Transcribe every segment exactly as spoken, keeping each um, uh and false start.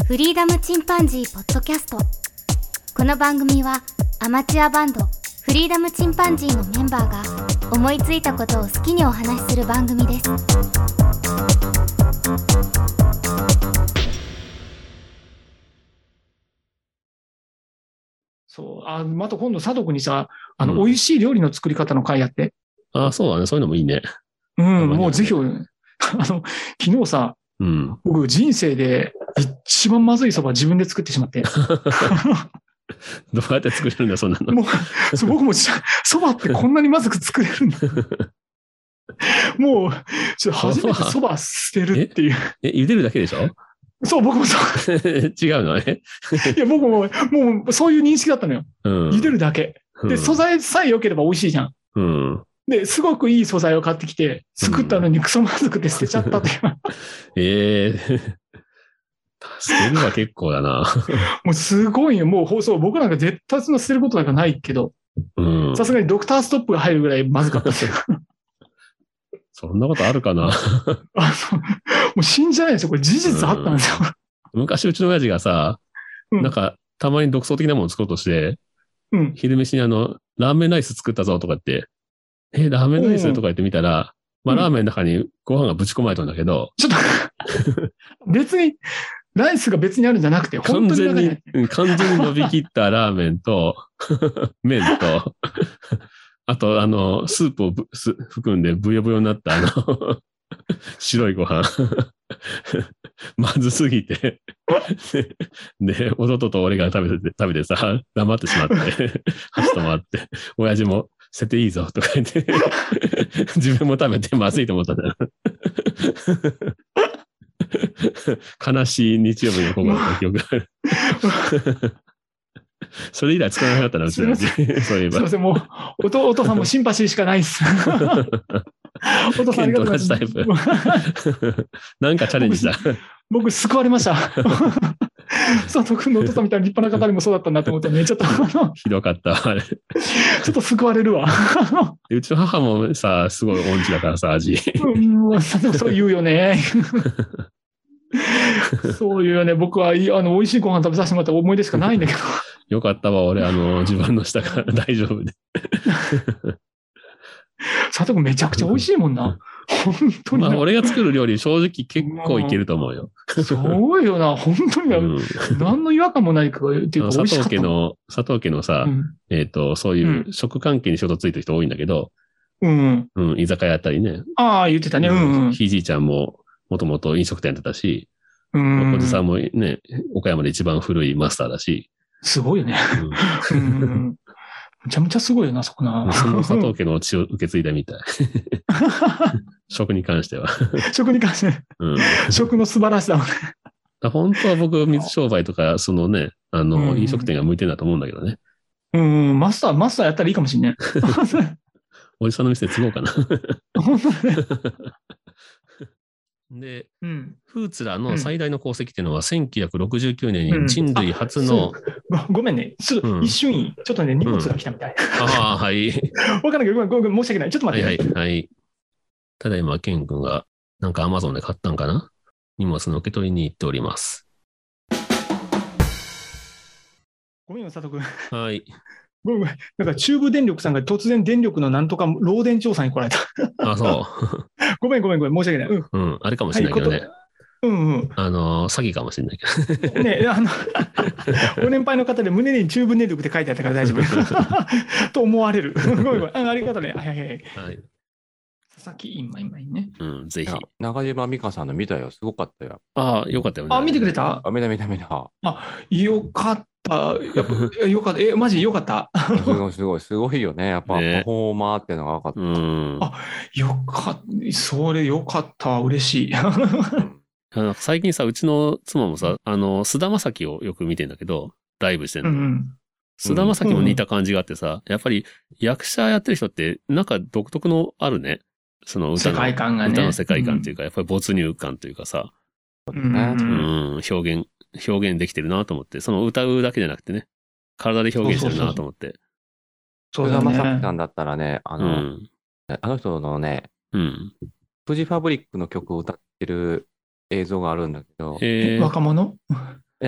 フリーダムチンパンジーポッドキャスト。この番組はアマチュアバンドフリーダムチンパンジーのメンバーが思いついたことを好きにお話しする番組です。 そう、あ、また今度佐藤君にさ、あの、 うん美味しい料理の作り方の回やって。 ああ、そうだね。そういうのもいいね。 うん、 たまにはねもうぜひ、あの、昨日さ、 うん。 僕人生で一番まずいそば自分で作ってしまって。 どうやって作れるんだ、そんなの。 もう、そう僕もそばってこんなにまずく作れるんだ。もう、ちょっと初めてそば捨てるっていう。 え、茹でるだけでしょそう、僕もそう。 違うのね。 いや、僕も、もう、そういう認識だったのよ。 うん。 茹でるだけ。で、 うん素材さえ良ければ美味しいじゃん。 うん。 で、すごくいい素材を買ってきて、作ったのにクソまずくて捨てちゃったっていう。 ええー。捨てるは結構だな。 もうすごいよ。もう放送、僕なんか絶対そんな捨てることなんかないけど、 うん。 さすがにドクターストップが入るぐらいまずかったですよ。 そんなことあるかな。 あの、もう信じられないですよ。これ事実あったんですよ。 昔うちの親父がさ、 うんなんか、たまに独創的なものを作ろうとして、 うん。 昼飯にあの、ラーメンライス作ったぞとか言って、え、ラーメンライスとか言ってみたら、まあうんラーメンの中にご飯がぶち込まれたんだけど、 ちょっと、別に、ライスが別にあるんじゃなくて、本当に完全に中に、 うん完全に伸びきったラーメンと、麺と、あと、あの、スープをぶす含んでブヨブヨになったあの、白いご飯。まずすぎて。で、弟と俺が食べて、食べてさ、黙ってしまって、箸止まって、親父も、捨てていいぞとか言って、自分も食べてまずいと思ったんだよ。悲しい日曜日の午後だった記憶がある。それ以来使わなかったな、うちの親父。そういえば。 すいません、もう、お父お父さんもシンパシーしかないです。お父さんありがとうございます。 剣と同じタイプ。なんかチャレンジした。 僕、救われました。佐藤君のお父さんみたいな立派な方にもそうだったんだと思ってね、ちょっと、 ひどかった。あれちょっと救われるわ。 うちの母もさ、すごい音痴だからさ、味。 うん、そう言うよね。そういうね、僕は、あの、美味しいご飯食べさせてもらった思い出しかないんだけど。 よかったわ、俺、あの、自分の舌が大丈夫で。 佐藤君めちゃくちゃ美味しいもんな。本当に。 まあ、俺が作る料理、正直結構いけると思うよ。 そうよな、本当に、 うん、 何の違和感もないかっていうか、美佐味しかった。 藤家の、佐藤家のさ、 うんえっ、と、そういう食関係に仕事ついてる人多いんだけど、 うん。 うん、居酒屋やったりね。 ああ、言ってたね。うんうん。 ひいじいちゃんも、もともと飲食店やってたし、 うんおじさんもね、岡山で一番古いマスターだし。 すごいよね。うんうんめちゃめちゃすごいよな、そこな。 その佐藤家の血を受け継いだみたい。食に関しては。 食に関して、 うん、 食の素晴らしさをね。 本当は僕、水商売とか、そのね、あの、 うん飲食店が向いてるんだと思うんだけどね。 うんうん、マスター、マスターやったらいいかもしんね。 おじさんの店継ごうかな。 本当ね。 で、 うん。 フーツラの最大の功績っていうのは、せんきゅうひゃくろくじゅうきゅうねんに人類初の、 そうごごめんね。ちょっとうん一瞬いい。ちょっとね、荷物が来たみたい。 ああ、はい。 わかんないけど、ごめん、ごめん、申し訳ない。ちょっとはい待って。 はいはい。ただいま、ケン君が、なんかアマゾンで買ったんかな荷物の受け取りに行っております。 ごめんよ、佐藤君。 はい。 ごめんごめん。なんか中部電力さんが突然電力のなんとか漏電調査に来られた。 あ、そごめんごめんごめん、申し訳ない。うん。 う。うん、あれかもしれないけどね。 はいうんうん。 あのー、詐欺かもしれないけど。 ねあの、ご年配の方で胸に中部電力って書いてあったから大丈夫。と思われる。ごめんごめん。あありがとうね。はいはいはい。 はい。 佐々木今今ね。 うん、ぜひ。 中島美嘉さんの見たよ。すごかったよ。 ああ、よかったよね。 あ、見てくれたあ、見た見た見た。 あ、よかった。やっぱ、よかった。え、マジよかった。 すごいすごい、すごいよね。やっぱ、 ねパフォーマーっていうのが分かった。 うん。 あよかった。それよかったわ。嬉しい。 あの最近さ、うちの妻もさ、あの、菅田将暉をよく見てんだけど、ライブしてんの。 うんうん菅田将暉も似た感じがあってさ、やっぱり役者やってる人って、なんか独特のあるね。その歌の、 世界観がね歌の世界観っていうか、やっぱり没入感というかさ、 うんねううんん、表現、表現できてるなと思って、その歌うだけじゃなくてね、体で表現してるなと思って。 そうだ菅田将暉ね。 さんだったらね、あうの、 ん。 あの人のね、 うん。 フジファブリックの曲を歌ってる映像があるんだけど、 えー、 若者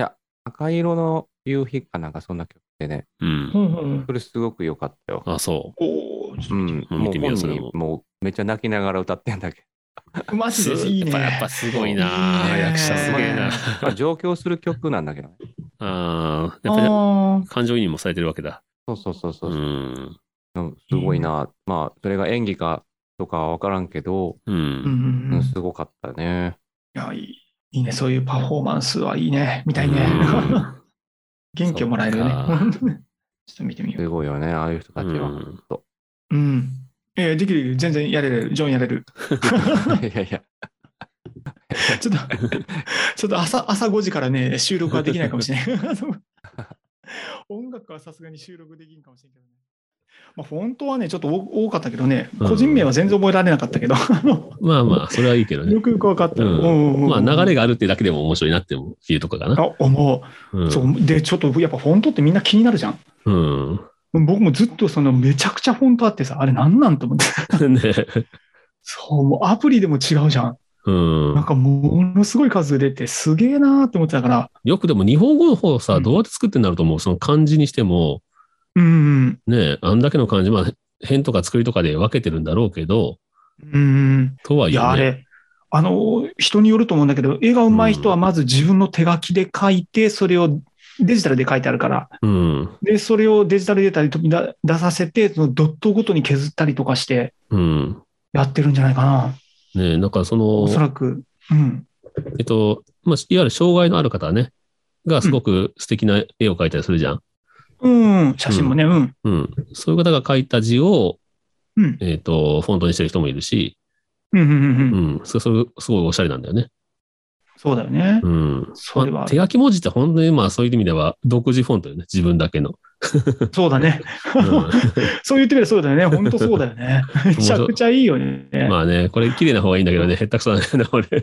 赤色の夕日かなんかそんな曲でね、 うんう。んうんそれすごく良かったよ。 あ、そおー、ちょっうん、 見もうてみようそれも本人もうめっちゃ泣きながら歌ってんだけとマう。 ジですいいね。 やっぱ、やっぱすごいな。 いいね役者すげえな。 ど、まあ、上京する曲なんだけどね。 ああ、やっぱりあ感情移入もされてるわけだ。 そうそうそうそうう。 ん。 うんすごいな。まあ、それが演技かとかは分からんけど、 う。 ーうんんうんう、 うんん。いすごかったね。 や、いいいいね。そういうパフォーマンスはいいね。みたいね。 うん元気をもらえるよね。 そっちょっと見てみよすごいよね、ああいう人たちは。 うんほんとう。うん。えーできる。全然やれる。ジョンやれる。 いやいや、 ちょっと、ちょっと朝、朝ごじからね、収録はできないかもしれない。音楽はさすがに収録できんかもしれんけどね。まあ、フォントはね、ちょっと多多かったけどね、 うん個人名は全然覚えられなかったけど、あのまあまあ、それはいいけどねよ。くよく分かった。 うんまあ、流れが。 があるってだけでも面白いなっていうとこかな。 あ、思う。 うん。 そう。で、ちょっとやっぱフォントってみんな気になるじゃん。 うん。 僕もずっとそのめちゃくちゃフォントあってさ、あれなんなんと思って。 ね。 そう、もうアプリでも違うじゃん。 うんなん。かものすごい数出てすげえなーって思ってたから。 よくでも日本語の方さ、 うんどうやって作ってんだろうと思う。その漢字にしても、 うん。 ね、あんだけの漢字、まあ、辺とか作りとかで分けてるんだろうけど、 うん。 とはいえ、ね。 いや、あれ、あの、人によると思うんだけど、絵が上手い人はまず自分の手書きで書いて、それをデジタルで書いてあるから、 うん。 で、それをデジタルデータで飛び出出させて、そのドットごとに削ったりとかしてうん。 やってるんじゃないかな。 ね、なんかそのお、そらく。うん。 えっと、まあ、いわゆる障害のある方ね、がすごく素敵な絵を描いたりするじゃん。 うん、写真もね、うん。 うん。そういう方が描いた字を、 うん。 えっと、フォントにしてる人もいるし、 うん、うん、うん。 ううんん。それ、それすごいおしゃれなんだよね。 そうだよね。 うん。 それはまあ手書き文字って本当にまあそういう意味では独自フォントよね。自分だけの。 そうだね。 うんそう言ってみればそうだよね。本当そうだよね。めちゃくちゃいいよね。 まあね、これ綺麗な方がいいんだけどね、へったくそだね、俺。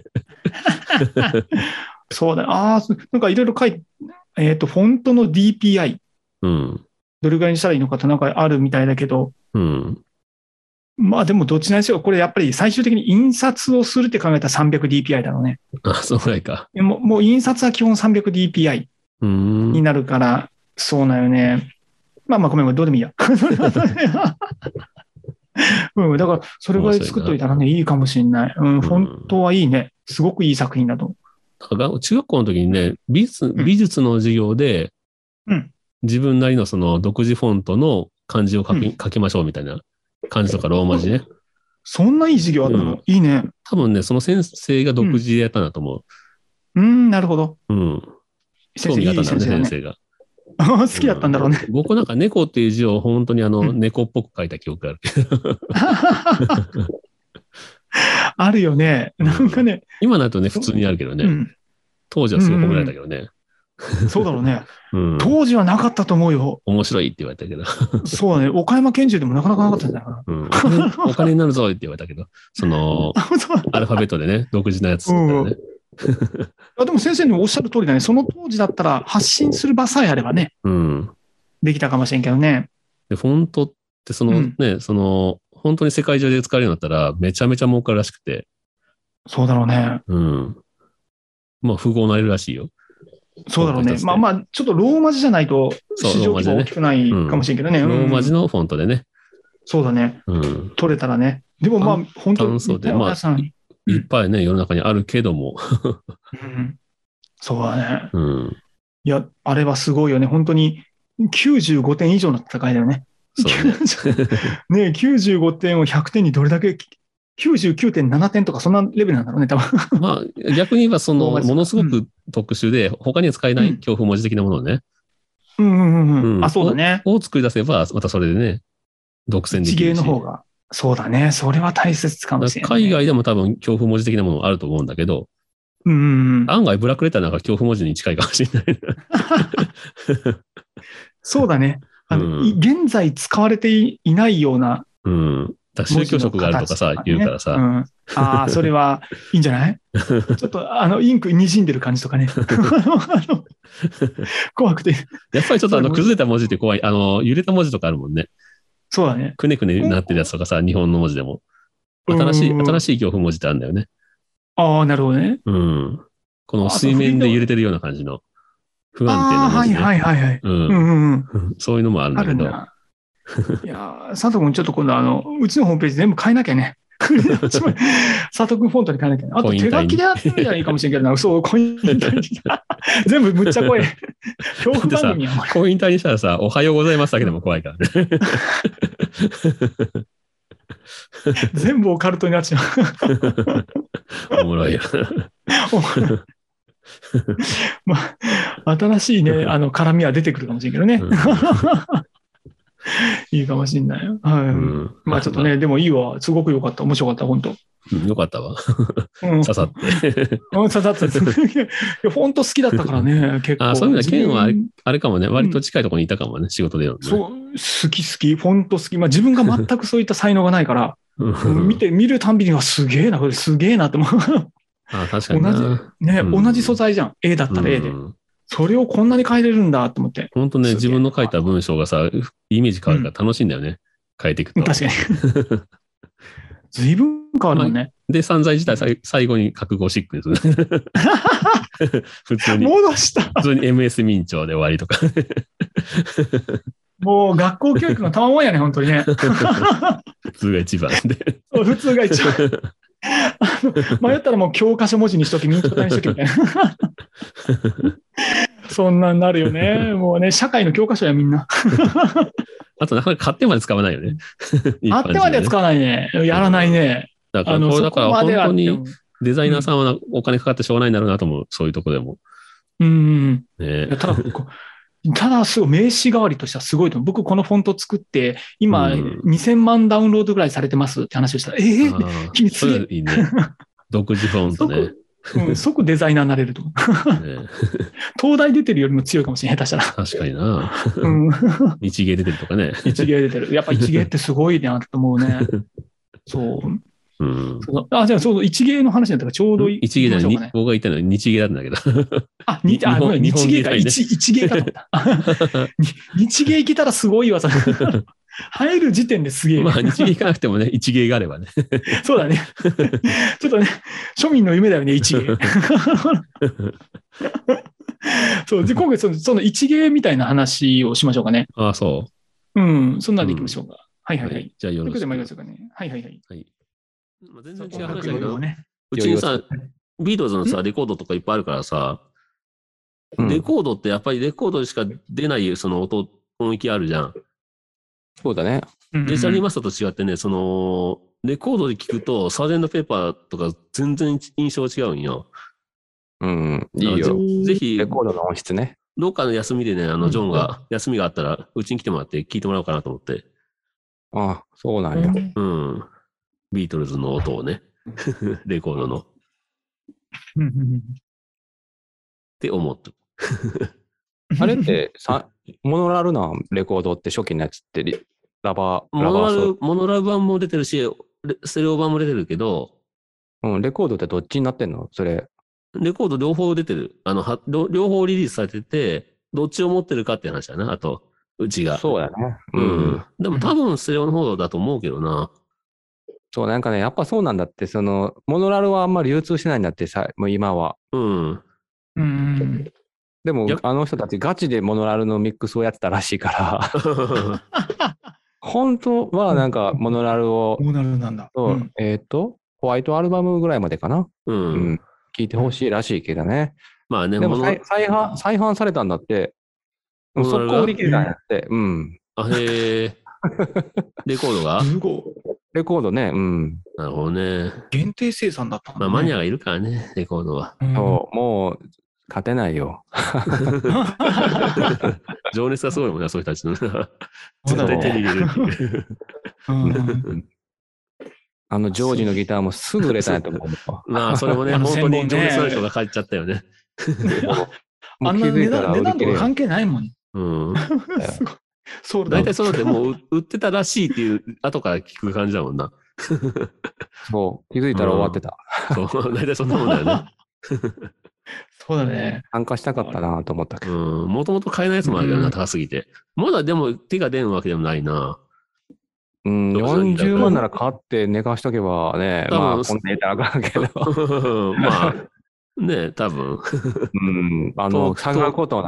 そうだよ。ああ、なんかいろいろ書いて、えっと、フォントの ディーピーアイ、 うん。 どれぐらいにしたらいいのかってなんかあるみたいだけど、 うん。 まあでもどっちなんでしょう。これやっぱり最終的に印刷をするって考えたら さんびゃくディーピーアイ だろうね。 あ、そうぐらいか。 でももう印刷は基本 さんびゃくディーピーアイうーん。 になるから、そうなよね。まあまあごめんごめん、どうでもいいや。うん、だから、それぐらい作っといたらね、いいかもしれない。うん、フォントはいいね。すごくいい作品だと。 だから中学校の時にね、美術、 ん美術の授業で、 うん自分なりのその独自フォントの漢字を書き,、 うん書きましょうみたいな漢字とかローマ字ね。 そんないい授業あったの、 うんいいね。 多分ね、その先生が独自でやったんだと思うん、なるほど。 う。うん。 先生、い興味があったんだね、 い先生だね。 先生が。 好きだったんだろうね。 うん僕なんか猫っていう字を本当にあの、 うん猫っぽく書いた記憶がある。 あるよね。なんかね、 今だとね、普通にあるけどね。 うん、 当時はすごい褒められたけどね。 そうだろうね。 うん。 当時はなかったと思うよ。 面白いって言われたけど。 そうだね。岡山県中でもなかなかなかったんじゃないかうん。お金お金になるぞって言われたけど、その、 な。そうアルファベットでね、独自なやつだったらね。 あでも先生におっしゃる通りだね。その当時だったら発信する場さえあればね、 うん。 できたかもしれんけどね。 で、フォントってそのうんね、その、本当に世界中で使えるようになったら、めちゃめちゃ儲かるらしくて、 そうだろうね。 うん。まあ、富豪になれるらしいよ。 そうだろうね。 フォント一つでまあまあ、ちょっとローマ字じゃないとそう市場規模大きくないかもしれんけどね。 ロうんーマ字のフォントでね。 そうだね。 うん。 取れたらね。でもまあ、本当単層でまあ皆さん、 いっぱいね、世の中にあるけども。 うんそうだね。 うん。 いや、あれはすごいよね。本当にきゅうじゅうごてん以上の戦いだよね。 そうね。 ねきゅうじゅうごてんをひゃくてんにどれだけ、きゅうじゅうきゅうてんななてんとかそんなレベルなんだろうね、多分。 まあ、逆に言えば、その、 ローマ字ものすごく特殊で、他には使えないうん恐怖文字的なものをね、 うんうんうんう。 うんんあ、そうだね。 を作り出せば、またそれでね、独占で地きるし。 芸の方が。そうだね。それは大切かもしれない、 海外でも多分恐怖文字的なものあると思うんだけど、 うんうんうん。 案外ブラックレターなんか恐怖文字に近いかもしれない。 そうだね。あの、 うんい現在使われていいないようなうん。だから宗教色があるとかさ、 文字の形とね言うからさ、 うん、ああ、それはいいんじゃないちょっと、あの、インク滲んでる感じとかね。あの怖くて。 やっぱりちょっとあの、 そう崩れた文字って怖い。あの、揺れた文字とかあるもんね。 そうだね。 くねくねなってるやつとかさ、日本の文字でも。新しい、 うん新しい恐怖文字ってあるんだよね。 ああ、なるほどね。 うん。この水面で揺れてるような感じの。 不安定なああ、はい文字ね。 はいはいはい。 ううんんうんうん。 そういうのもあるんあだけど。 るんだ。いやー、佐藤君、ちょっと今度、あの、うちのホームページ全部変えなきゃね。佐藤君フォントに変えなきゃね。あと手書きでやってみたらいいかもしれんけどな。そう、コイン体に。全部むっちゃ怖い。恐怖番組やん。 コイン体にしたらさ、おはようございますだけでも怖いからね。 全部オカルトになっちゃう。 おもろいよ。 まあ、新しいね、あの、絡みは出てくるかもしれんけどね。 うんいいかもしれないよ。はい。 うんまあちょっとね、でもいいわ。すごく良かった。面白かった、本当。 うんよかったわ。 うん。 刺さって。 うん、刺さって。いや、本当好きだったからね、結構。 あ、そういう意味では、ケンはあれ自分あれかもね、割と近いところにいたかもね、仕事でのね。 そう、好き好き、本当好き。まあ自分が全くそういった才能がないから、 うん見て、見るたんびにはすげえな、これすげえなって思う。 あ、確かにな。 同じ、ね、 うん同じ素材じゃん。A だったら A で。 うんそれをこんなに変えれるんだと思って。 本当ね、 すげえ自分の書いた文章がさ、イメージ変わるから楽しいんだよね。変えていくと。 確かに。随分変わるもんね。 で、散財自体さい最後に覚悟シックにする。普通に、 戻した。 普通に エムエス 明朝で終わりとか。 もう学校教育の賜物やね、本当にね。 普通が一番で。 そう普通が一番。あの迷ったらもう教科書文字にしとき、明朝体にしときみたいな。そんなんなるよね。もうね、社会の教科書やみんな。 あと、なかなか買ってまで使わないよね。 あってまでは使わないね。やらないね。 だから、 あの、 これそだから本こまでは当にデザイナーさんはお金かかってしょうがないんだろうなと思う。そういうとこでも。 うん。 ねいやただ、こうただ、すごい名刺代わりとしてはすごいと思う。僕、このフォント作って、今、 うんにせんまんダウンロードぐらいされてますって話をしたら、ええあー君すげえそれいいね。独自フォントね。 即、うん、即デザイナーになれると思う。 ね東大出てるよりも強いかもしれない、下手したら。 確かにな。 うん。 日芸出てるとかね。 一芸出てる。やっぱ一芸ってすごいなと思うね。そう。 うん。 そうあ、じゃあ、そう、一芸の話だったからちょうどいい。 一芸だね。 行きましょうかね僕が言ったのは日芸だったんだけど。 あ、にあ、ごめん、 日本日芸か。 日本芸大ね一一芸かと思った。に日芸行けたらすごいわ、それ。入る時点ですげえ。 まあ、日芸行かなくてもね、一芸があればね。 そうだね。ちょっとね、庶民の夢だよね、一芸。そう、で、今回その、その一芸みたいな話をしましょうかね。 ああ、そうん、そんなんでいきましょうか。はいはう。 いはい。 じゃあ、よろしく。 ということで参りましょうかね。はいはいはい。 はい。まあ、全然違う音話だけど楽用語を、ね。 うちにさ、ビートルズのさ、レコードとかいっぱいあるからさ、レコードってやっぱりレコードでしか出ないその音、音域あるじゃん。 そうだね。 デジタルリマスターと違ってね、その、レコードで聞くと、サージェントペーパーとか全然印象違うんよ。 うん、いいよ。 ぜひレ、コードの音質ね。 どっかの休みでね、あの、ジョンが、休みがあったら、うちに来てもらって聞いてもらおうかなと思って。 ああ、そうなんや。 うん。ビートルズの音をね、レコードの。っうんうんうんて思って。 あれってさ、モノラルなレコードって初期のやつってリラバー、 モノララバーソル、モノラル版も出てるし、レステレオ版も出てるけど、 うん、レコードってどっちになってんのそれ。 レコード両方出てる。あの、は両両方リリースされてて、どっちを持ってるかっていう話だな。あと、うちが。 そうやね。 ううん。 ん。でも多分ステレオの方だと思うけどな。 そう、なんかね、やっぱそうなんだって、その、モノラルはあんまり流通してないんだってさ、もう今は。 うん。 うんでもや、 あの人たちガチでモノラルのミックスをやってたらしいから、本当はなんかモノラルを、 モーナルなんだ。 とうんえっ、と、ホワイトアルバムぐらいまでかな。 う。 うんん。聞いてほしいらしいけどね。 まあね、 でもモノ再再販、再販されたんだって。 モノラルが速攻売り切れたんやって。うん。 あ、へえ。レコードがすごい。 レコードね、うん。 なるほどね。 限定生産だったんだまあねマニアがいるからね、レコードは。 うんそう、もう、勝てないよ。 情熱がすごいもんね、そういう人たちの。 そうだね絶対手に入れるっていう。 うんあの、ジョージのギターもすぐ売れたんやと思う。 まあ、それもね、 あの本当に専門ね情熱のある人が買っちゃったよね。 もあな値うん気づいた段値段とら売り切れよ。 か関係ないもん。 うん。 すごい。ソールドアウト大体そうだってもう売ってたらしいっていう後から聞く感じだもんな。 そう、気づいたら終わってた。 そう、大体そんなもんだよね。 そうだね。 参加したかったなと思ったけうど。 ん。もともと買えないやつもあるけどな、 うん高すぎて。まだでも手が出んわけでもないな。 うん、 どうしたらいいんだろうよんじゅうまんなら買って寝かしとけばね、 多分まあ、こんなにたらあかんけど。 まあ、ね多分。 うん、あの、 と下がることはない。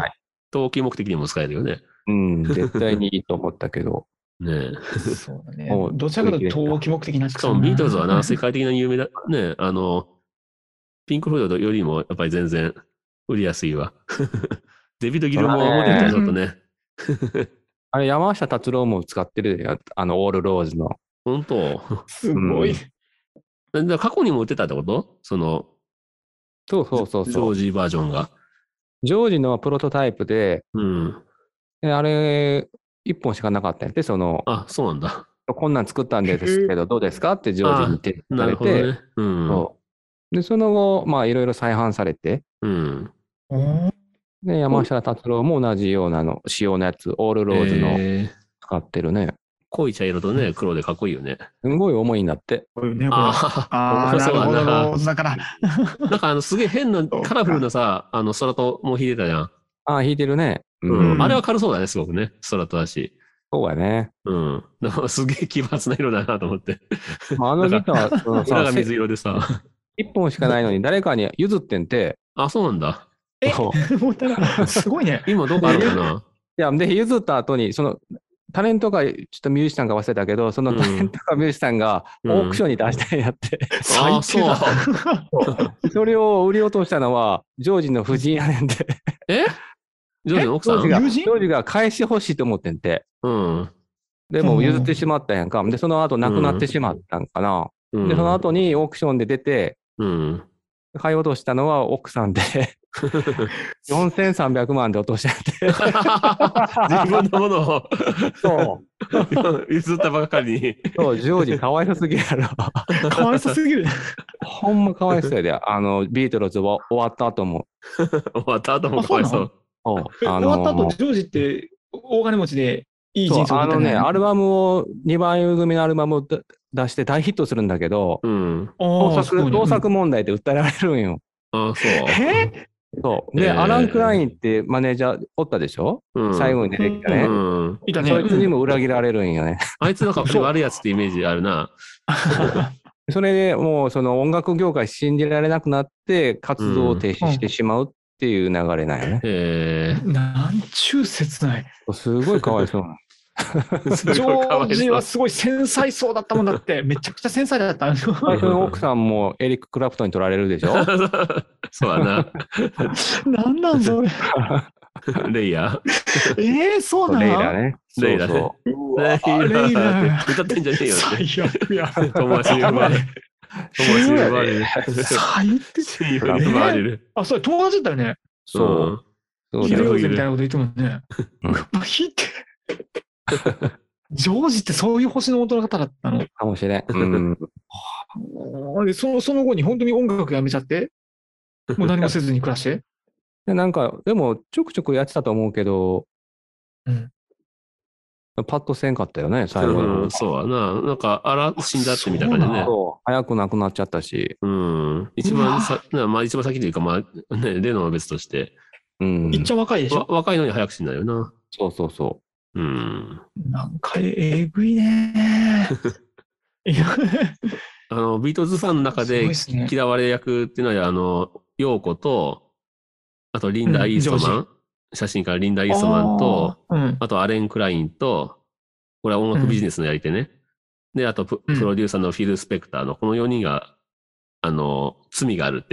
投機目的にも使えるよね。 うん、絶対にいいと思ったけど。 ねそうだねもう。 どちらかというと投機目的になっしちゃうな。 かもビートルズはな、世界的な有名だ、ね、あの、ピンク・フロイドよりもやっぱり全然売りやすいわ。デビッド・ギルモアモデルとはちょっとね。 あれ、山下達郎も使ってるで、あの、オールローズの。 本当。 すごい。 だから過去にも売ってたってことその、 そうそうそうジョそう。 ージバージョンが。 ジョージのはプロトタイプで、 うん。 であれ、一本しかなかったんやって、その、 あ、そうなんだ。 こんなん作ったんですけど、どうですかってジョージに提なるされて、 ほどね。うん。 そうで、その後、まあ、いろいろ再販されて、 うん。 おーで、山下達郎も同じようなの、仕様のやつ、オールローズのえー使ってるね。 濃い茶色とね、黒でかっこいいよね。 すごい重いんだって。 こういうね、これ。 あああ、なるほど、ローズだから。 なんかあの、すげえ変な、カラフルなさ、あの、空ともう引いてたじゃん。 ああ、弾いてるね。う。 うんん。あれは軽そうだね、すごくね。空とだし。 そうやね。 うん。だからすげえ奇抜な色だなと思って。 まあ、あのギター、その裏がさ、 水色でさ。 一本しかないのに誰かに譲ってんて、 あ、そうなんだ。 えそうもうただすごいね。 今どうかあるかな。 いや、で、譲った後に、その、タレントか、ちょっとミュージシャンか忘れたけど、そのタレントかミュージシャンがオークションに出したんやって。 あ、 最低だ。 そう。 それを売り落としたのは、ジョージの夫人やねんて。 えジョージの奥さんジョージが、 友人ジョージが返してほしいと思ってんて。 うん。 でも譲ってしまったやんか。で、その後亡くなってしまったんかな。 うんで、その後にオークションで出て、 うん。 買い落としたのは奥さんで、よんせんさんびゃくまんで落としたんやって。 自分のものをそう。 譲ったばかりに。 そう、ジョージかわいそすぎるやろ。 かわいそすぎる。 ほんまかわいそうやで。あの、ビートルズは終わった後も。 終わった後もかわいそう。 そうえあ終わった後、 のジョージって大金持ちでいいそう人生を送ったあのね、アルババムを、にばん組のアルバムを出出して大ヒットするんだけど、 うん。 盗作、盗作問題で訴えられるんよ。 あ、そう。 えそう。で、 へーアラン・クラインってマネージャーおったでしょ、 うん最後に出てきたね。 うん。 いたね。 そいつにも裏切られるんよね。 あいつなんか悪いやつってイメージあるな。 それでもうその音楽業界信じられなくなって活動を停止してしまうっていう流れなんよね。 えなんちゅう切ない。 すごいかわいそう。 ー。すジごいかわいそうョージはすごい繊細そうだったもんだって、めちゃくちゃ繊細だった。 最初の奥さんもエリック・クラプトンに取られるでしょそうだな。 なんなんそれ。 レイヤー。 えー、そうなのレイラね。 レイラねそうそううわレイラ歌ってんじゃねえよって。 最悪や。 友達に奪われる。友達に奪われる。 最低。 親友に奪われる。 あ、それ友達だったよね。 そう。そうヒレだよオゼみたいなこと言ってもんね。 うんうわひって。ジョージってそういう星の元の方だったの。 かもしれん。うん。 でそのその後に本当に音楽やめちゃって、もう何もせずに暮らして。 でなんか、でも、ちょくちょくやってたと思うけど、 うんパッとせんかったよね、最後うん、 に。 そうやな。なんか、あら、死んだってみたいな感じでね。 そう。早く亡くなっちゃったし。 うん。一番さ、なまあ一番先というか、まあ、ね、例のは別として、 うん。 いっちゃ若いでしわょ。 若いのに早く死んだよな。 そうそうそうん。 なんかえぐいね。いやあの、ビートルズファンの中すごいでっすね嫌われ役っていうのは、あの、ヨーコと、あとリンダ・イーストマン、 うん写真からリンダ・イーストマンと、 あーうんあとアレン・クラインと、これは音楽ビジネスのやり手ね。で、あとプ、 うんプロデューサーのフィル・スペクターの、このよにんが、あの、罪があるって。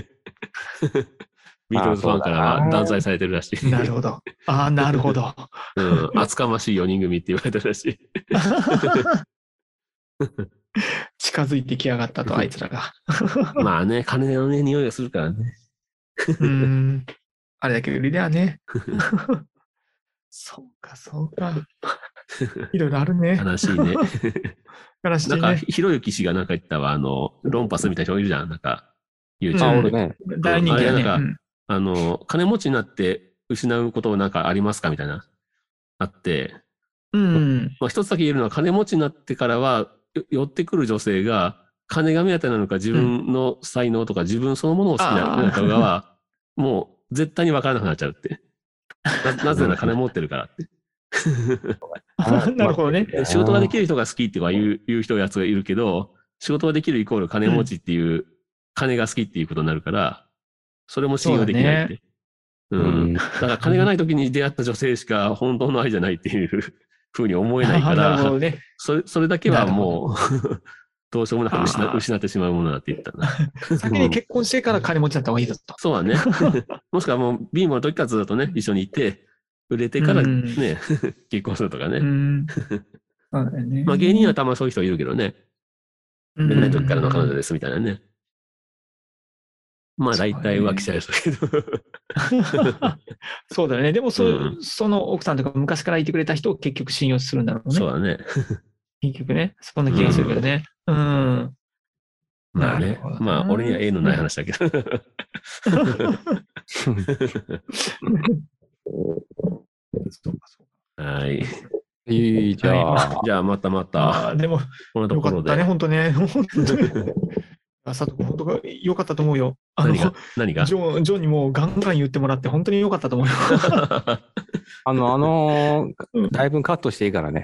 ビートルズファンからは断罪されてるらしい。 なるほど。ああ、なるほど。 うん。厚かましいよにん組って言われてるらしい。 近づいてきやがったと、あいつらが。 まあね、金のね、匂いがするからね。 うーん。あれだけ売りだよね。そうか、そうか。いろいろあるね。 悲しいね。 悲しいなんか、 ね。 ひろゆき氏がなんか言ったわ、あの、ロンパスみたいな人いるじゃん、なんか、 うんう。あ、 YouTube で。 俺ね。 大人気だね。 あれなんかうんあの、金持ちになって失うことなんかありますかみたいな、あって、 うん。 まあ一つだけ言えるのは、金持ちになってからは、よ寄ってくる女性が、金が目当てなのか、自分の才能とか、自分そのものを好きなのかは、もう絶対に分からなくなっちゃうって。ななぜなら金持ってるからって。 なるほどね。 仕事ができる人が好きって言う言う人やつがいるけど、仕事ができるイコール金持ちっていう、金が好きっていうことになるから、それも信用できないって。 うん。 うん。 だから金がない時に出会った女性しか本当の愛じゃないっていうふうに思えないかあーなるほら、 どね。 それ、それだけはもう、どうしようもなく失あー失ってしまうものだって言ったな。 先に結婚してから金持ちだった方がいいだと。 そうだね。もしくはもう、ビームの時からずっとね、一緒にいて、売れてからうんね、結婚するとかね。 うん。そうだよね。 まあ芸人はたまにそういう人いるけどね。 うん売れない時からの彼女ですみたいなね。まあ大体浮気しちゃいそうだけど。 そうだよね。でもそ、 うんその奥さんとか昔からいてくれた人を結局信用するんだろうね。 そうだね。 結局ね。そんな気がするけどね。うん。 まあねなるほど。なまあ俺には A のない話だけど。 そうかそうはい。 いい、じゃあ。 じゃあまたまか。あたあ、、でも、 このところで。 よかったね、本当ね。本当に。佐藤君、本当良かったと思うよ。あの、 何が何がジョン、ジョンにもうガンガン言ってもらって、本当に良かったと思うよ。 あの、あのうんー、だいぶカットしていいからね。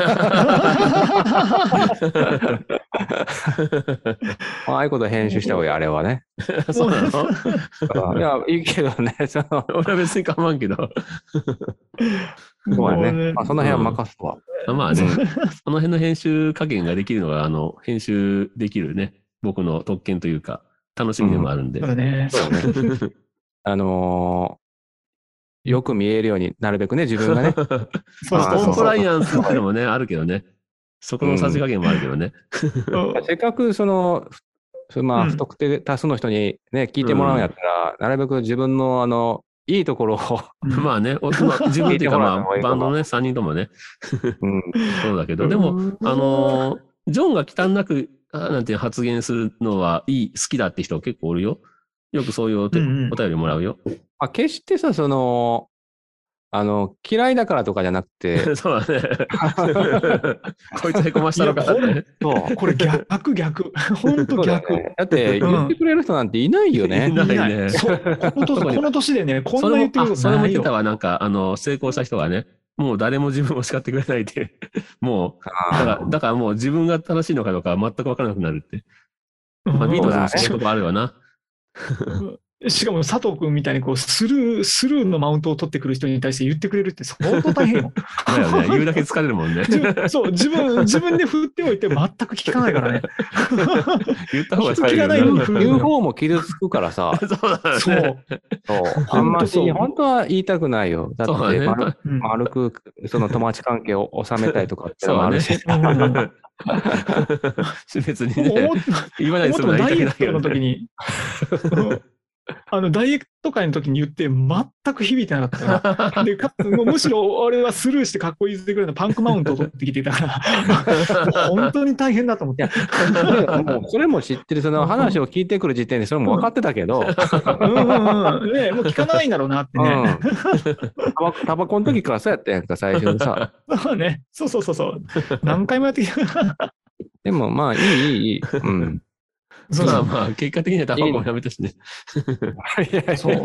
ああいうこと編集した方がいい、あれはね。 そうなのいや、いいけどね、その、 俺は別に構わんけど。 そうやね。 もうねまあ、その辺は任すわ。 まあね、その辺の編集加減ができるのが、あの、編集できるね、僕の特権というか、楽しみでもあるんで。 そうだね。 そうね。あのーよく見えるようになるべくね、自分がね。 そうまあそうそうコンプライアンスっていうのもね、あるけどね。そこのさじ加減もあるけどね。 うんせっかくその、ふまあ、 うん不特定多数の人にね、聞いてもらうんやったら、なるべく自分のあの、いいところを、 まあね、おまあ自分っていうか、まあ、 聞いてもらった方がいいかなバンドのね、さんにんともね、 うん、 そうだけど、でも、あのー、ジョンが忌憚なく、あなんていうの発言するのはいい、好きだって人結構おるよ。よくそういうお手うんうんお便りもらうよ。 あ、決してさ、その、あの、嫌いだからとかじゃなくて、 そうだね。こいつへこましたのかいやね。 そう、 これ逆、逆。本当そうだよ逆。 ね。だって、言ってくれる人なんていないよね。 いないね。 そうこの年この年でね、こんなそれも言ってくるこあそれとないよ。 も言ってたわ、なんか、あの、成功した人がね、もう誰も自分を叱ってくれないって、もう、だから、だからもう自分が正しいのかどうか全く分からなくなるって。まあ、ビートルズもそういうとこあるわな。 しかも佐藤君みたいにこうスルー、スルーのマウントを取ってくる人に対して言ってくれるって相当大変よ。 だよね。言うだけ疲れるもんね。 自分そう、自分、自分で振っておいて全く聞かないからね。 言った方が疲れ気がないのにるよね。 振るのよ。 言う方も傷つくからさ、 そうだそね。 う。 そうあんまそうり、本当は言いたくないよ。だって、 そうだね丸うん丸く、その友達関係を収めたいとかってのもあるし。 うん別にね思っ、 言わないです思ってもダイエット言いたくないよねの時に、うんあのダイエット会の時に言って全く響いてなかったから。で、かつもうむしろ俺はスルーしてかっこいいぐらいのパンクマウントを取ってきてたから、もう本当に大変だと思って。 もうそれも知ってる、その話を聞いてくる時点でそれも分かってたけど、 うんうんうん。ねもう聞かないんだろうなってうんね。 タバタバコの時からそうやったやんか、最初にさ。 そうね。そうそうそうそう。何回もやってきた。 でもまあ、いい、いい、いい。うん。 そうそう。 まあまあ、結果的にはタバコもやめたしね。 いやいやそう。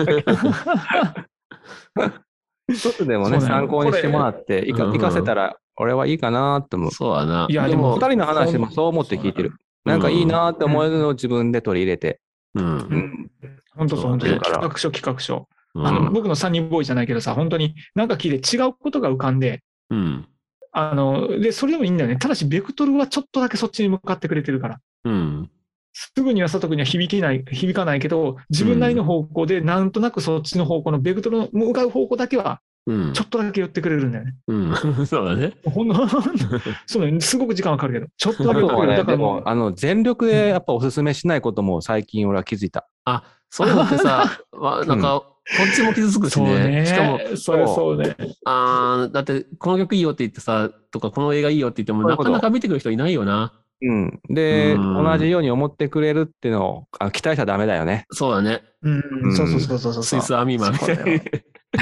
一つでもね、 そうだよ参考にしてもらって、いかうん生かせたら、俺はいいかなと思う。 そうだな。 いやでも二人の話もそう思って聞いてる。なんかいいなって思えるのを自分で取り入れて。 う。 うんん。本当そう、本当そうに。 だから企画書、企画書。 うんあの、僕のサニーボーイじゃないけどさ、本当になんか聞いて違うことが浮かんで、 うん。 あの、で、それでもいいんだよね。ただし、ベクトルはちょっとだけそっちに向かってくれてるから。 うん。 すぐには佐藤君には響けない、響かないけど、自分なりの方向で、なんとなくそっちの方向のベクトルの向かう方向だけは、 うん。 ちょっとだけ言ってくれるんだよね。 うん。そうだね。 ほんの、そうね、すごく時間はかかるけど、ちょっとだあとはね、 け言ってくれる。だかでらもう、 も、あの、全力でやっぱおすすめしないことも最近俺は気づいた。 あ、そういうのってさ、わなんか、こっちも傷つくしそうね。 ね。 しかも、 それそうね。 あーだって、この曲いいよって言ってさ、とか、この映画いいよって言っても、 そういうことなかなか見てくる人いないよな。 うん。で、 うん同じように思ってくれるっていうのをあの期待したらダメだよね。 そうだね。 うん、 うんそうそうそうそうそう。 スイスアミーマンみたいそうだよ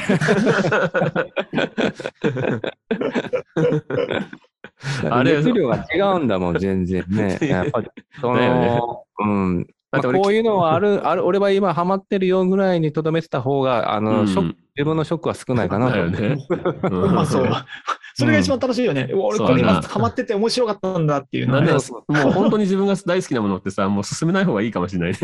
あれ熱量が違うんだもん、全然ね。やっぱり、そだよねの、うん。まあ、 だって俺こういうのはある、ある、俺は今ハマってるよぐらいにとどめてた方が、あの、 うんショック、自分のショックは少ないかなと。 だよね。うんまあそう。 それが一番楽しいよね。うわ俺、これ今ハマってて面白かったんだっていうのはね。 なんで、もう本当に自分が大好きなものってさ、もう進めない方がいいかもしれないね。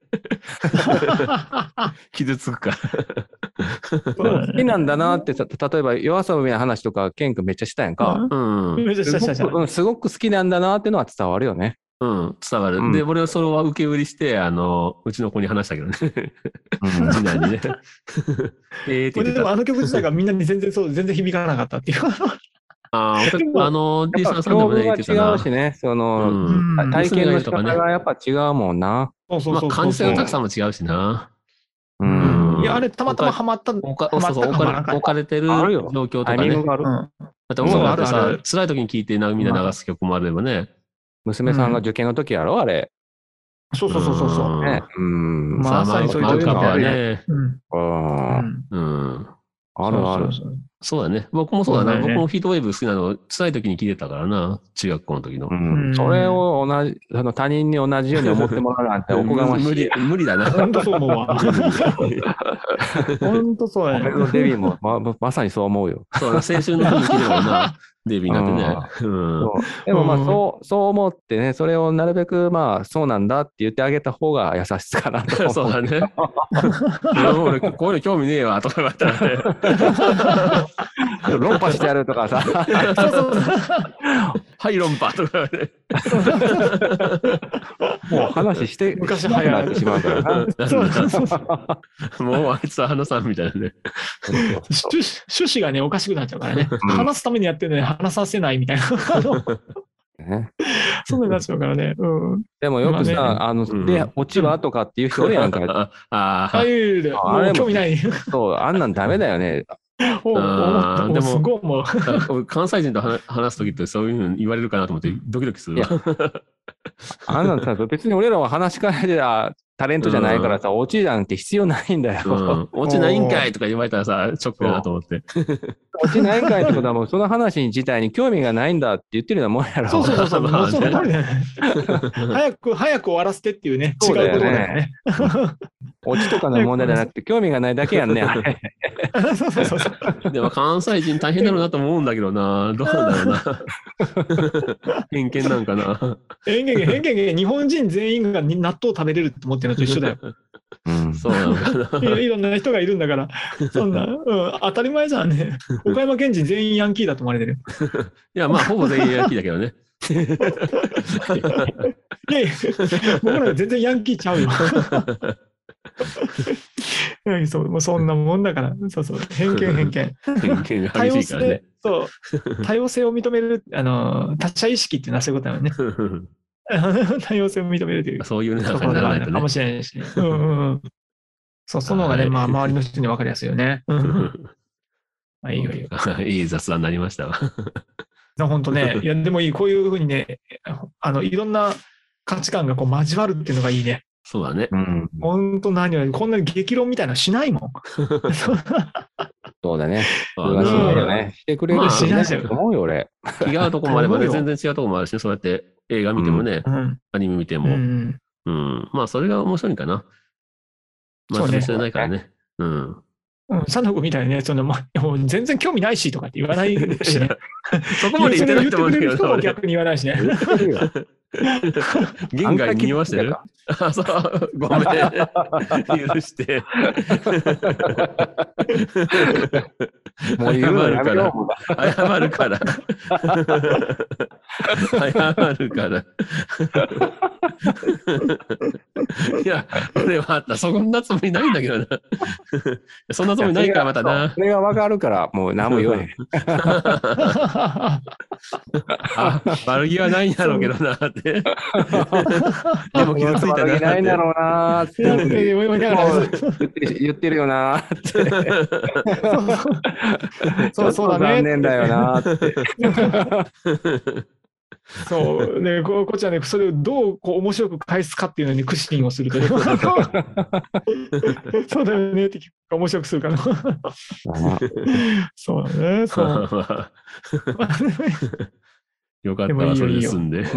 傷つくから。 好きなんだなってさ、例えば夜遊びの話とか、ケン君めっちゃしたやんか。 うん。 めっちゃしたしたしたすごくうんすごく好きなんだなっていうのは伝わるよね。 うん、伝わる。 うんで、俺はそれは受け売りして、あの、うちの子に話したけどね。次男にね。えーって言ってた。 これでもあの曲自体がみんなに全然そう、全然響かなかったっていう。 あでもあ、あの、リやっぱスナーさんでもね、 境遇言ってたな。 が違うしね、その、 うん。 体験の仕方娘がいるとかね。 がやっぱ違うもんな。 そうそうまあ、 そうそう。 感じ性の高さも違うしな。 うん。 うんいや、あれ、たまたまハマった、 置かハマったそうそう置かれかハマらなかった置かれてるあるよ状況とかね。だタイミングがある。 って音楽ってさそうあるある、 辛い時に聴いてなみんな流す曲もあればね。 娘さんが受験の時やろあれ。 そうそうそうそうそう。 ね。うん。 まさあ、マさにそういうマグカップは時もあるよね。 うん。 ううんんうん。 あるある。 そうそうそうそうだね。僕もそうだな。 そうだよね僕もヒートウェーブ好きなの、辛い時に聴いてたからな。中学校の時のう。ん。それを同じ、あの他人に同じように思ってもらうなんておこがましい。 無理、無理だな。 本当そう思うわ。本当そうやね俺。のデビーもままさにそう思うよ。 そうだな。青春の時に聴いてたもんな。デビーになってね。うん。 そうでもまあうんそう、そう思ってね、それをなるべくまあそうなんだって言ってあげた方が優しさかなと思う。 そうだね。俺、こういうの興味ねえわ、とか言われたらね。 論破してやるとかさ。 そうそうそう。 はい、論破とかね。 もう話して、 昔しなくなってしまうからな。 そうそうそうそう。 もうあいつは話さんみたいなね。 趣趣旨がね、おかしくなっちゃうからね。 うん話すためにやってるのに話させないみたいな。あのねそんなになっちゃうからね。うん。 でもよくさ、 まあねあの、 うんで、オチはとかっていう人おるやんか。 ああああいうのあれももう興味ない。 そう、あんなんダメだよね。 お思った。もうあーでもすごいもう。 俺関西人と話話すときってそういうの言われるかなと思ってドキドキするわ。 あんなんさ、別に俺らは話し家ではタレントじゃないからさ、オチなんて必要ないんだよ。 うん、落ちないんかいとか言われたらさ、ショックだなと思って。 落ちないんかいってことはもうその話自体に興味がないんだって言ってるようなもんやろ。 そうそうそうそう。 まあねもうその通りだよね。早く、早く終わらせてっていうね、違そううだよねことだよね。 オチとかの問題じゃなくて興味がないだけやんね、あれ。 そうそうそうそう。 でも関西人大変だろうなと思うんだけどな。どうなんだろうな。偏見なんかな。 偏見、偏見、日本人全員が納豆食べれるって思ってるのと一緒だよ。 うんそうなのかな。 いいろんな人がいるんだから、そんな、うん、当たり前じゃんね。岡山県人全員ヤンキーだと思われてる。 いや、まあ、ほぼ全員ヤンキーだけどね。 いやいや、僕ら全然ヤンキーちゃうよ。いやそう、もうそんなもんだから、そうそう、偏見、偏見。 偏見が多様激しいからね性。、そう、多様性を認める、あの、他者意識っていうのはそういうことだよね。多様性を認めるというそういうね、なんかところがにならないとねあるのかも。しれないしね。うんうんうん。そう、その方がね、 はいまあ、周りの人に分かりやすいよね。うんまあ、いいよいいよ。 いい雑談になりましたわ。 本当ね、いや、でもいい、こういうふうにね、あの、いろんな価値観がこう交わるっていうのがいいね。 そうだね。 うん。 本当何より、こんなに激論みたいなのしないもん。 そうだね。 そう難しいんだよだねね。してくれるまあ人いないと思うよ、俺。 気が合うとこもあればね、 思うよ全然違うとこもあるしね、そうやって映画見てもね、 うん。 アニメ見てうも、 ん。 うん。まあ、それが面白いかな。まあ、 そうね知らないからね。うん。 うん、サノコみたいにね、その、まあ、もう全然興味ないしとかって言わないしね。 そこまで言ってないと思うんだけどな、 言ってくれる人も俺。 逆に言わないしね。 限界に匂わせてるあ、そう、ごめん。許して。 もう言うのやめよう。 謝るから。謝るから。いや、俺はあった。そんなつもりないんだけどな。そんなつもりないから、またな。 それが分かるから、もう何も言わへん。 あ、悪気はないんだろうけどなって。でも傷ついた悪気ないんだなっろうなーって。 いやいやいやいやだからもう言ってる言ってるよなーって。 そうそうだね。 残念だよなーって。 そう、ね、ここっちはね、それをどうこう面白く返すかっていうのに苦心をするという。そうだよねって聞くか面白くするかな。そうだね、そて。 う。 まあよかっでたわ、そもいいよいいよれで済んで。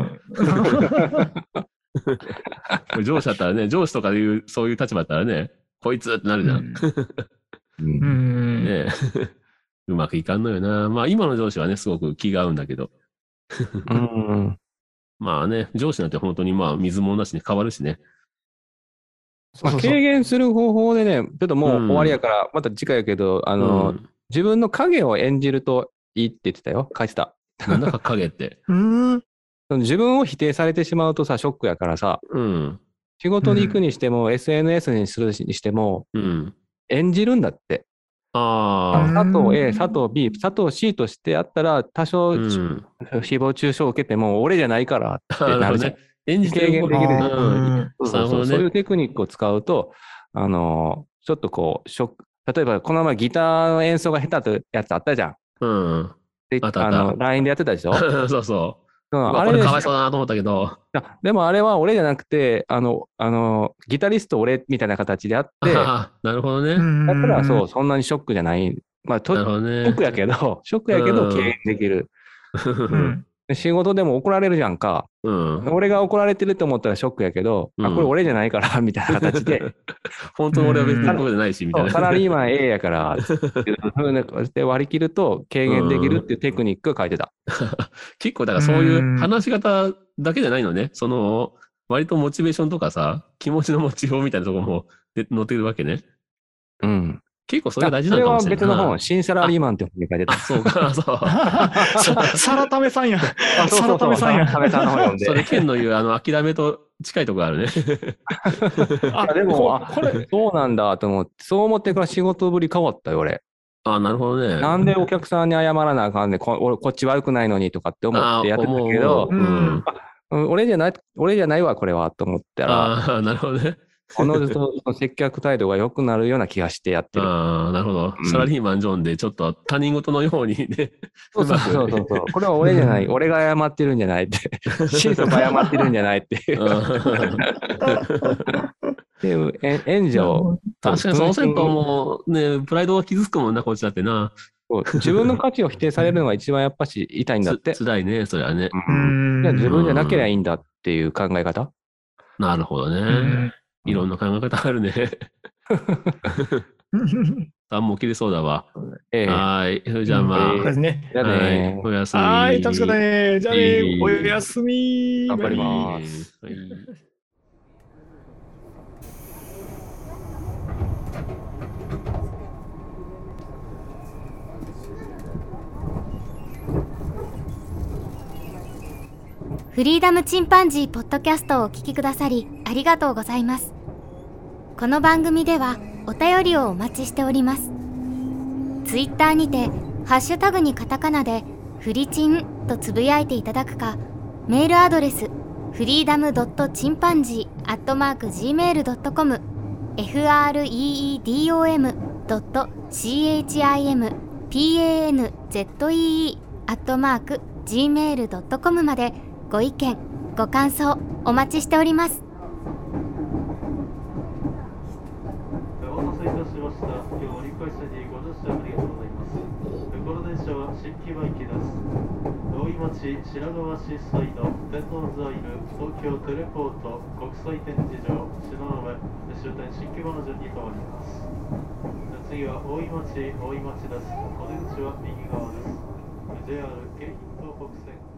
うん上司だったらね、上司とかいう、そういう立場だったらね、こいつってなるじゃん。 うんうんねえうまくいかんのよな。まあ今の上司はね、すごく気が合うんだけど。 うん。 まあね、上司なんて本当にまあ水物だしね、変わるしね。 まあ、軽減する方法でね、ちょっともう終わりやから、また次回やけど、あの、 うん、 自分の影を演じるといいって言ってたよ。書いてた。 なんだか影って。 うん。 自分を否定されてしまうとさ、ショックやからさ、 うん。 仕事に行くにしても、エスエヌエス にするにしても、 うん。 演じるんだって。 ああ。 佐藤 A、佐藤 B、佐藤 C としてあったら、多少、 うん。 誹謗中傷を受けても、俺じゃないからってなるじゃん。 演じて軽減できる。 うん。 そうそうそう。そういうテクニックを使うと、あの、ちょっとこう、ショック。例えば、この前ギターの演奏が下手ってやつあったじゃん。 うん。 で、 あったあった。 あの、ライン でやってたでしょそうそう。 うん、 あれ、かわいそうだなと思ったけど。 でもあれは俺じゃなくて、あの、あの、ギタリスト俺みたいな形であって、 なるほどね。 だからそう、そんなにショックじゃない。まあ、と、ね、ショックやけど、ショックやけど軽減できる。うん仕事でも怒られるじゃんか。うん、俺が怒られてると思ったらショックやけど、うん、あ、これ俺じゃないから、みたいな形で。 本当に俺は別にこうじゃないし、みたいな。 サラリーマン A やから、で割り切ると軽減できるっていうテクニックが書いてた。 結構、だからそういう話し方だけじゃないのね。その、割とモチベーションとかさ、気持ちの持ちようみたいなところも載ってるわけね。 うん。 結構それが大事なのかもしれない。 それは別の本、新サラリーマンって本に書いてた。 そうか、そう。 サラタメさんや。サラタメさんや。 サラタメさんの本読んで。 それ、県の言う、あの、諦めと近いところあるね。 あ、でも、これ、そうなんだと思って、そう思ってから仕事ぶり変わったよ、俺。 あ、なるほどね。 なんでお客さんに謝らなあかんねん、こ俺、こっち悪くないのにとかって思ってやってたけど、うん、俺じゃない、俺じゃないわ、これは、と思ったら。 あ、なるほどね。 この接客態度が良くなるような気がしてやってる。 ああ、なるほど。うん、サラリーマンジョンでちょっと他人事のようにね。 そうそうそうそう。これは俺じゃない。俺が謝ってるんじゃないって。シーソが謝ってるんじゃないっていう。っていう援助を。 確かにそうせんともうね、プライドが傷つくもんな、こっちだってな。 自分の価値を否定されるのが一番やっぱし痛いんだって。 つ辛いね、それはね。 うん、じゃあ自分じゃなければいいんだっていう考え方。 なるほどね。いろんな考え方あるね。あ、もう切れそうだわ。ええ、はい。それじゃあまあ。 そうですね。 じゃあね。 おやすみ。 はい、楽しかったね。じゃあね、おやすみ。 頑張ります。はいフリーダムチンパンジーポッドキャストをお聞きくださりありがとうございます。この番組ではお便りをお待ちしております。ツイッターにてハッシュタグにカタカナでフリチンとつぶやいていただくか、メールアドレスフリーダムドットチンパンジーアットマークジーメールドットコム フリーダムドットチンパンジーアットマークジーメールドットコム までご意見、ご感想お待ちしております。 お待たせいたしました。今日は折り返しにご乗車ありがとうございます。この電車は新木場行きです。大井町白川市サイド天王座いる東京テレポート国際展示場篠上終点新木場の順に変わります。次は大井町大井町です。お出口は右側です。ジェイアール 京浜東北線